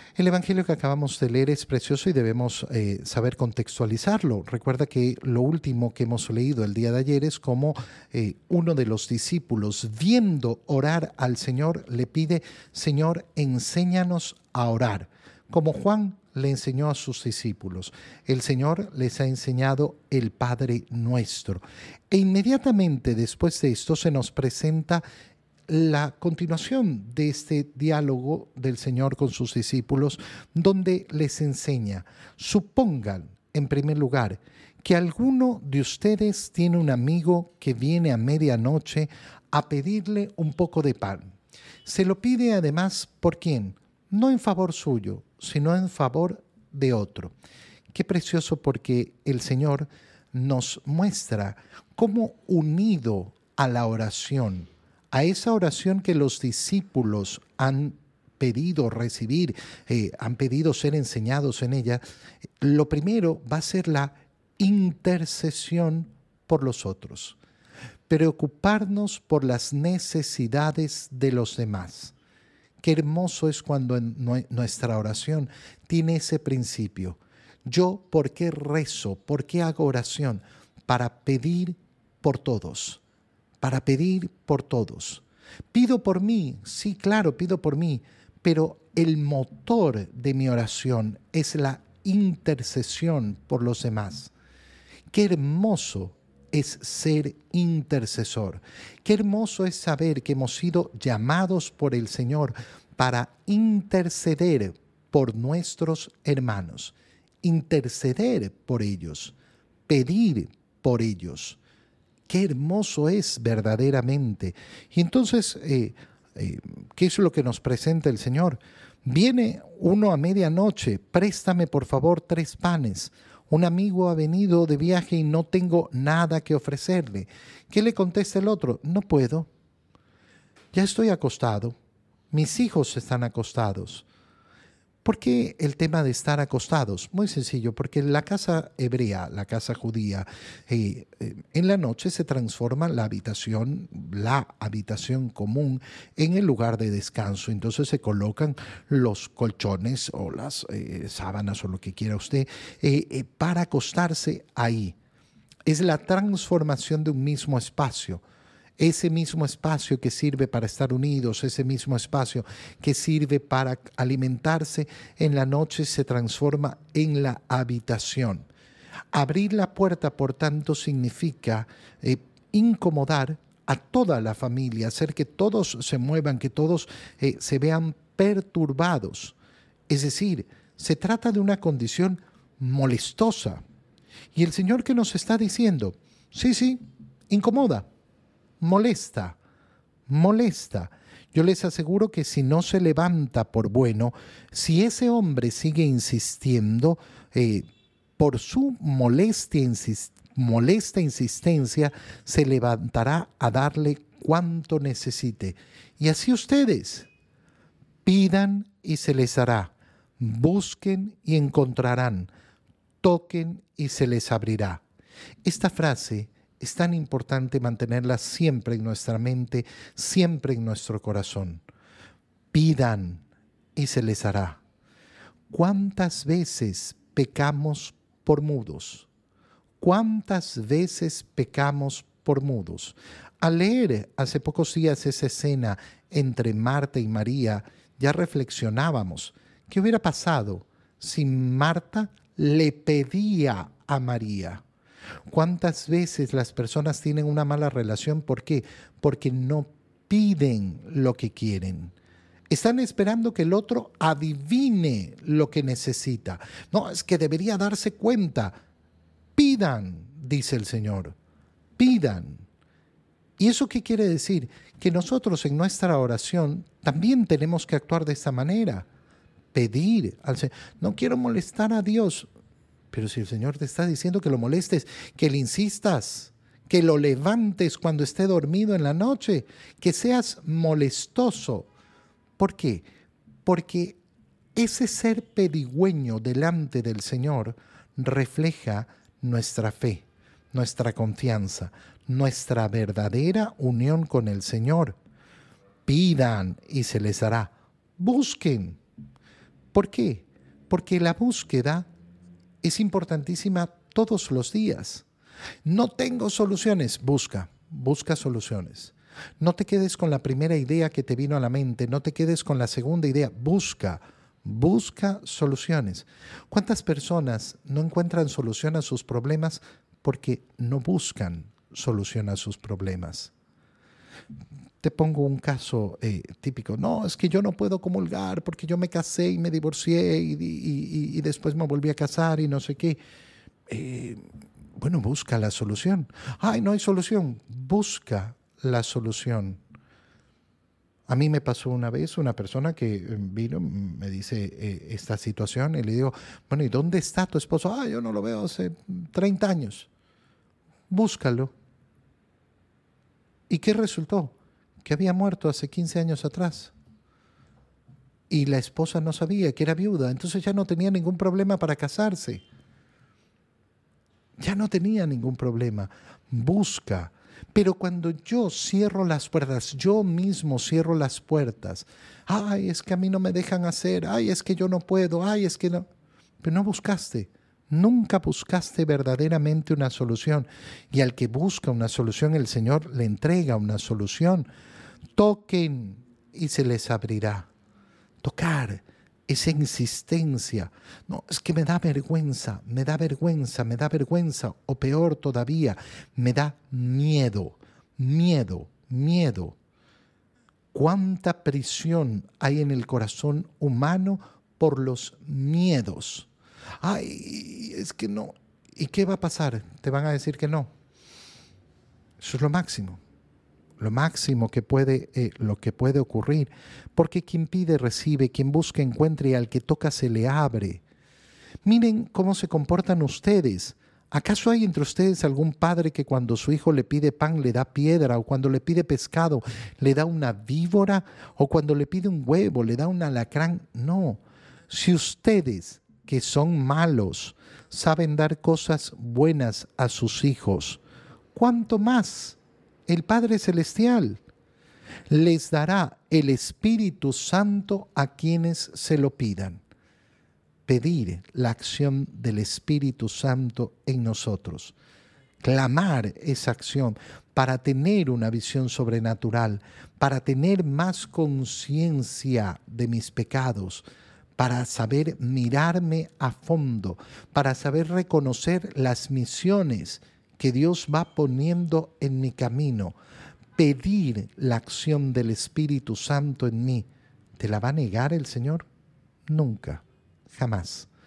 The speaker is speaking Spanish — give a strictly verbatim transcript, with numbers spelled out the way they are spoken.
El Evangelio que acabamos de leer es precioso y debemos eh, saber contextualizarlo. Recuerda que lo último que hemos leído el día de ayer es como eh, uno de los discípulos, viendo orar al Señor, le pide: Señor, enséñanos a orar. Como Juan le enseñó a sus discípulos, el Señor les ha enseñado el Padre Nuestro. E inmediatamente después de esto se nos presenta la continuación de este diálogo del Señor con sus discípulos, donde les enseña: supongan, en primer lugar, que alguno de ustedes tiene un amigo que viene a medianoche a pedirle un poco de pan. Se lo pide además, ¿por quién? No en favor suyo, sino en favor de otro. Qué precioso, porque el Señor nos muestra cómo, unido a la oración, a esa oración que los discípulos han pedido recibir, eh, han pedido ser enseñados en ella, lo primero va a ser la intercesión por los otros, preocuparnos por las necesidades de los demás. Qué hermoso es cuando en nuestra oración tiene ese principio. Yo, ¿por qué rezo? ¿Por qué hago oración? Para pedir por todos. Para pedir por todos. Pido por mí, sí, claro, pido por mí, pero el motor de mi oración es la intercesión por los demás. Qué hermoso es ser intercesor. Qué hermoso es saber que hemos sido llamados por el Señor para interceder por nuestros hermanos, interceder por ellos, pedir por ellos. Qué hermoso es verdaderamente. Y entonces, eh, eh, ¿qué es lo que nos presenta el Señor? Viene uno a medianoche: préstame por favor tres panes. Un amigo ha venido de viaje y no tengo nada que ofrecerle. ¿Qué le contesta el otro? No puedo. Ya estoy acostado. Mis hijos están acostados. ¿Por qué el tema de estar acostados? Muy sencillo, porque la casa hebrea, la casa judía, eh, eh, en la noche se transforma la habitación, la habitación común, en el lugar de descanso. Entonces se colocan los colchones o las eh, sábanas o lo que quiera usted eh, eh, para acostarse ahí. Es la transformación de un mismo espacio. Ese mismo espacio que sirve para estar unidos, ese mismo espacio que sirve para alimentarse, en la noche se transforma en la habitación. Abrir la puerta, por tanto, significa eh, incomodar a toda la familia, hacer que todos se muevan, que todos eh, se vean perturbados. Es decir, se trata de una condición molestosa. Y el Señor, ¿qué nos está diciendo? Sí, sí, incomoda. Molesta, molesta. Yo les aseguro que si no se levanta por bueno, si ese hombre sigue insistiendo, eh, por su molestia, insist molesta insistencia, se levantará a darle cuanto necesite. Y así ustedes, pidan y se les hará, busquen y encontrarán, toquen y se les abrirá. Esta frase es tan importante mantenerla siempre en nuestra mente, siempre en nuestro corazón. Pidan y se les hará. ¿Cuántas veces pecamos por mudos? ¿Cuántas veces pecamos por mudos? Al leer hace pocos días esa escena entre Marta y María, ya reflexionábamos. ¿Qué hubiera pasado si Marta le pedía a María? ¿Cuántas veces las personas tienen una mala relación? ¿Por qué? Porque no piden lo que quieren. Están esperando que el otro adivine lo que necesita. No, es que debería darse cuenta. Pidan, dice el Señor. Pidan. ¿Y eso qué quiere decir? Que nosotros en nuestra oración también tenemos que actuar de esta manera. Pedir al Señor. No quiero molestar a Dios. Pero si el Señor te está diciendo que lo molestes, que le insistas, que lo levantes cuando esté dormido en la noche, que seas molestoso. ¿Por qué? Porque ese ser pedigüeño delante del Señor refleja nuestra fe, nuestra confianza, nuestra verdadera unión con el Señor. Pidan y se les hará. Busquen. ¿Por qué? Porque la búsqueda es importantísima todos los días. No tengo soluciones, busca, busca soluciones. No te quedes con la primera idea que te vino a la mente, no te quedes con la segunda idea, busca, busca soluciones. ¿Cuántas personas no encuentran solución a sus problemas porque no buscan solución a sus problemas? Te pongo un caso eh, típico. No, es que yo no puedo comulgar porque yo me casé y me divorcié y, y, y, y después me volví a casar y no sé qué. Eh, bueno, busca la solución. Ay, no hay solución. Busca la solución. A mí me pasó una vez una persona que vino, me dice eh, esta situación y le digo, bueno, ¿y dónde está tu esposo? Ah, yo no lo veo hace treinta años. Búscalo. ¿Y qué resultó? Que había muerto hace quince años atrás. Y la esposa no sabía que era viuda, entonces ya no tenía ningún problema para casarse. Ya no tenía ningún problema. Busca. Pero cuando yo cierro las puertas, yo mismo cierro las puertas. Ay, es que a mí no me dejan hacer. Ay, es que yo no puedo. Ay, es que no. Pero no buscaste. Nunca buscaste verdaderamente una solución. Y al que busca una solución, el Señor le entrega una solución. Toquen y se les abrirá. Tocar, esa insistencia. No, es que me da vergüenza, me da vergüenza, me da vergüenza. O peor todavía, me da miedo, miedo, miedo. ¿Cuánta prisión hay en el corazón humano por los miedos? Ay, es que no. ¿Y qué va a pasar? Te van a decir que no. Eso es lo máximo. Lo máximo que puede, eh, lo que puede ocurrir. Porque quien pide recibe, quien busca encuentra y al que toca se le abre. Miren cómo se comportan ustedes. ¿Acaso hay entre ustedes algún padre que cuando su hijo le pide pan le da piedra, o cuando le pide pescado le da una víbora, o cuando le pide un huevo le da un alacrán? No. Si ustedes, que son malos, saben dar cosas buenas a sus hijos, ¿cuánto más el Padre Celestial les dará el Espíritu Santo a quienes se lo pidan? Pedir la acción del Espíritu Santo en nosotros. Clamar esa acción para tener una visión sobrenatural, para tener más conciencia de mis pecados, para saber mirarme a fondo, para saber reconocer las misiones que Dios va poniendo en mi camino. Pedir la acción del Espíritu Santo en mí. ¿Te la va a negar el Señor? Nunca, jamás.